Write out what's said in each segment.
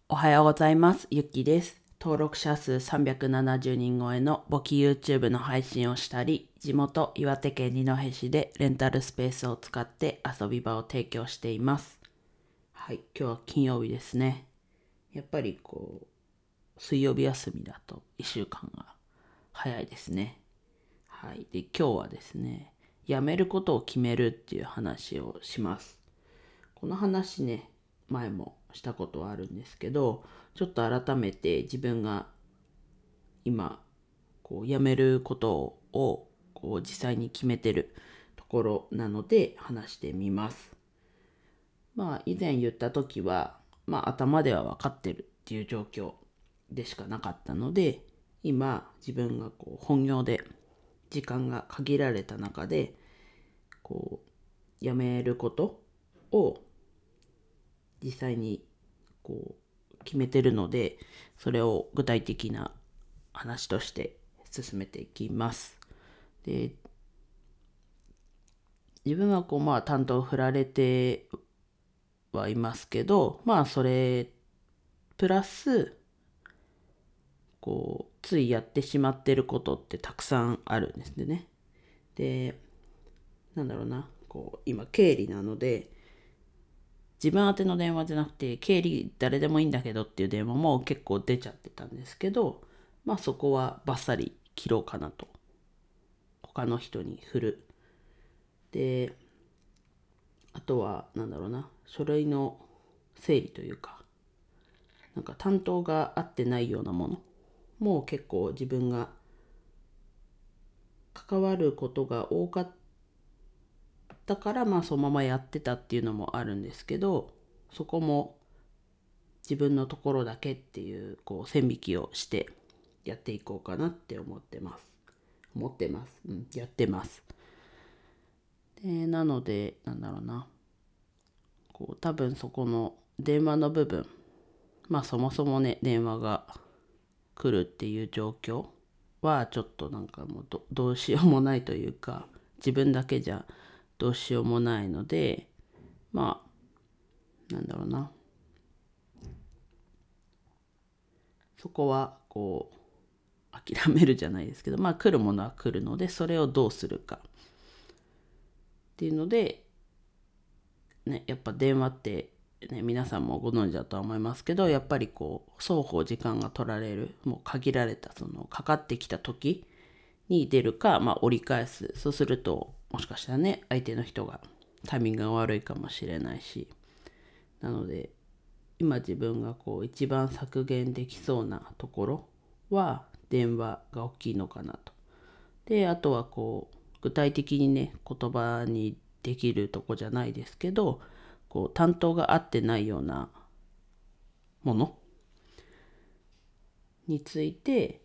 おはようございます。ゆっきです。登録者数370人超えの簿記 YouTube の配信をしたり、地元岩手県二戸市でレンタルスペースを使って遊び場を提供しています。はい、今日は金曜日ですね。やっぱり水曜日休みだと1週間が早いですね。はい、で、今日はですね、辞めることを決めるっていう話をします。この話ね、前もしたことはあるんですけど、ちょっと改めて自分が今辞めることを実際に決めてるところなので話してみます。以前言った時は頭では分かってるっていう状況でしかなかったので、今自分が本業で時間が限られた中で辞めることを実際に決めてるので、それを具体的な話として進めていきます。で、自分は担当振られてはいますけど、それプラスついやってしまってることってたくさんあるんですね。で、今経理なので、自分宛ての電話じゃなくて経理誰でもいいんだけどっていう電話も結構出ちゃってたんですけど、そこはバッサリ切ろうかなと、他の人に振る。で、あとは書類の整理というか、担当が合ってないようなものも結構自分が関わることが多かったから、そのままやってたっていうのもあるんですけど、そこも自分のところだけっていう線引きをしてやっていこうかなって思ってます。やってます。で、なので多分そこの電話の部分、そもそもね電話が来るっていう状況はちょっともうどうしようもないというか、自分だけじゃどうしようもないので、まあそこは諦めるじゃないですけど、来るものは来るので、それをどうするかっていうのでね、やっぱ電話ってね、皆さんもご存知だとは思いますけど、やっぱり双方時間が取られる、もう限られたかかってきた時に出るか、折り返す。そうするともしかしたらね、相手の人がタイミングが悪いかもしれないし、なので今自分が一番削減できそうなところは電話が大きいのかなと。で、あとは具体的にね、言葉にできるとこじゃないですけど、担当が合ってないようなものについて、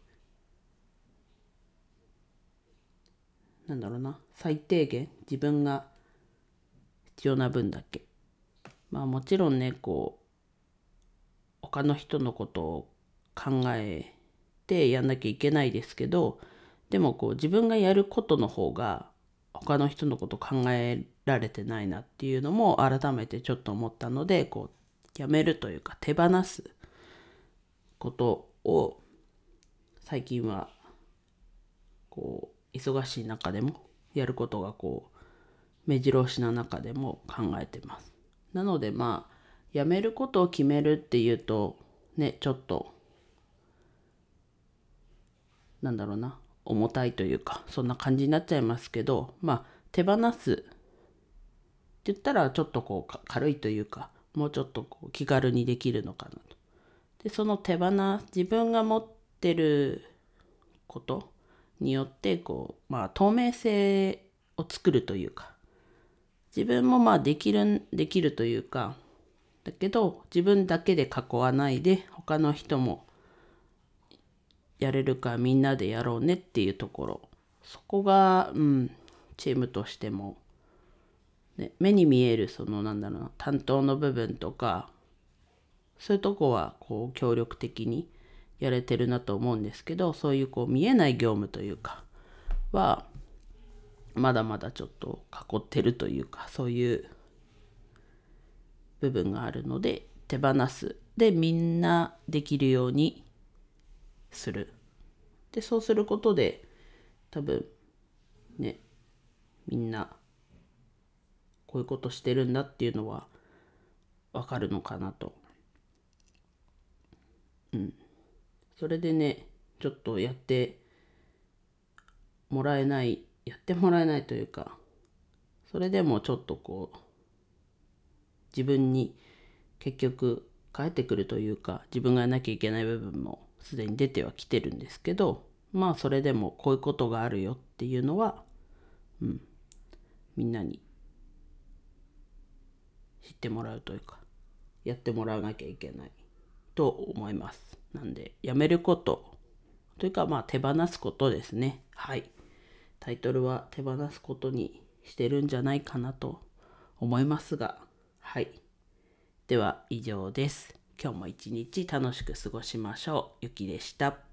最低限自分が必要な分だけ。もちろんね、他の人のことを考えてやんなきゃいけないですけど、でも自分がやることの方が他の人のこと考えられてないなっていうのも改めてちょっと思ったので、やめるというか手放すことを最近は忙しい中でもやることが目白押しな中でも考えてます。なのでやめることを決めるっていうとね、ちょっと重たいというか、そんな感じになっちゃいますけど、手放すって言ったらちょっと軽いというか、もうちょっと気軽にできるのかなと。で、その自分が持ってることによって透明性を作るというか、自分もできるというか、だけど自分だけで囲わないで他の人もやれるかみんなでやろうねっていうところ、そこがチームとしても、ね、目に見える担当の部分とか、そういうとこは協力的にやれてるなと思うんですけど、そういう見えない業務というかはまだまだちょっと囲ってるというか、そういう部分があるので手放す。 でみんなできるようにする。でそうすることで多分ね、みんなこういうことしてるんだっていうのはわかるのかなと。それでね、ちょっとやってもらえないというか、それでもちょっとこう自分に結局返ってくるというか、自分がやらなきゃいけない部分もすでに出てはきてるんですけど、まあそれでもこういうことがあるよっていうのは、みんなに知ってもらうというか、やってもらわなきゃいけないと思います。なんでやめることというか、まあ手放すことですね。はい。タイトルは手放すことにしてるんじゃないかなと思いますが、はい。では以上です。今日も一日楽しく過ごしましょう。ゆきでした。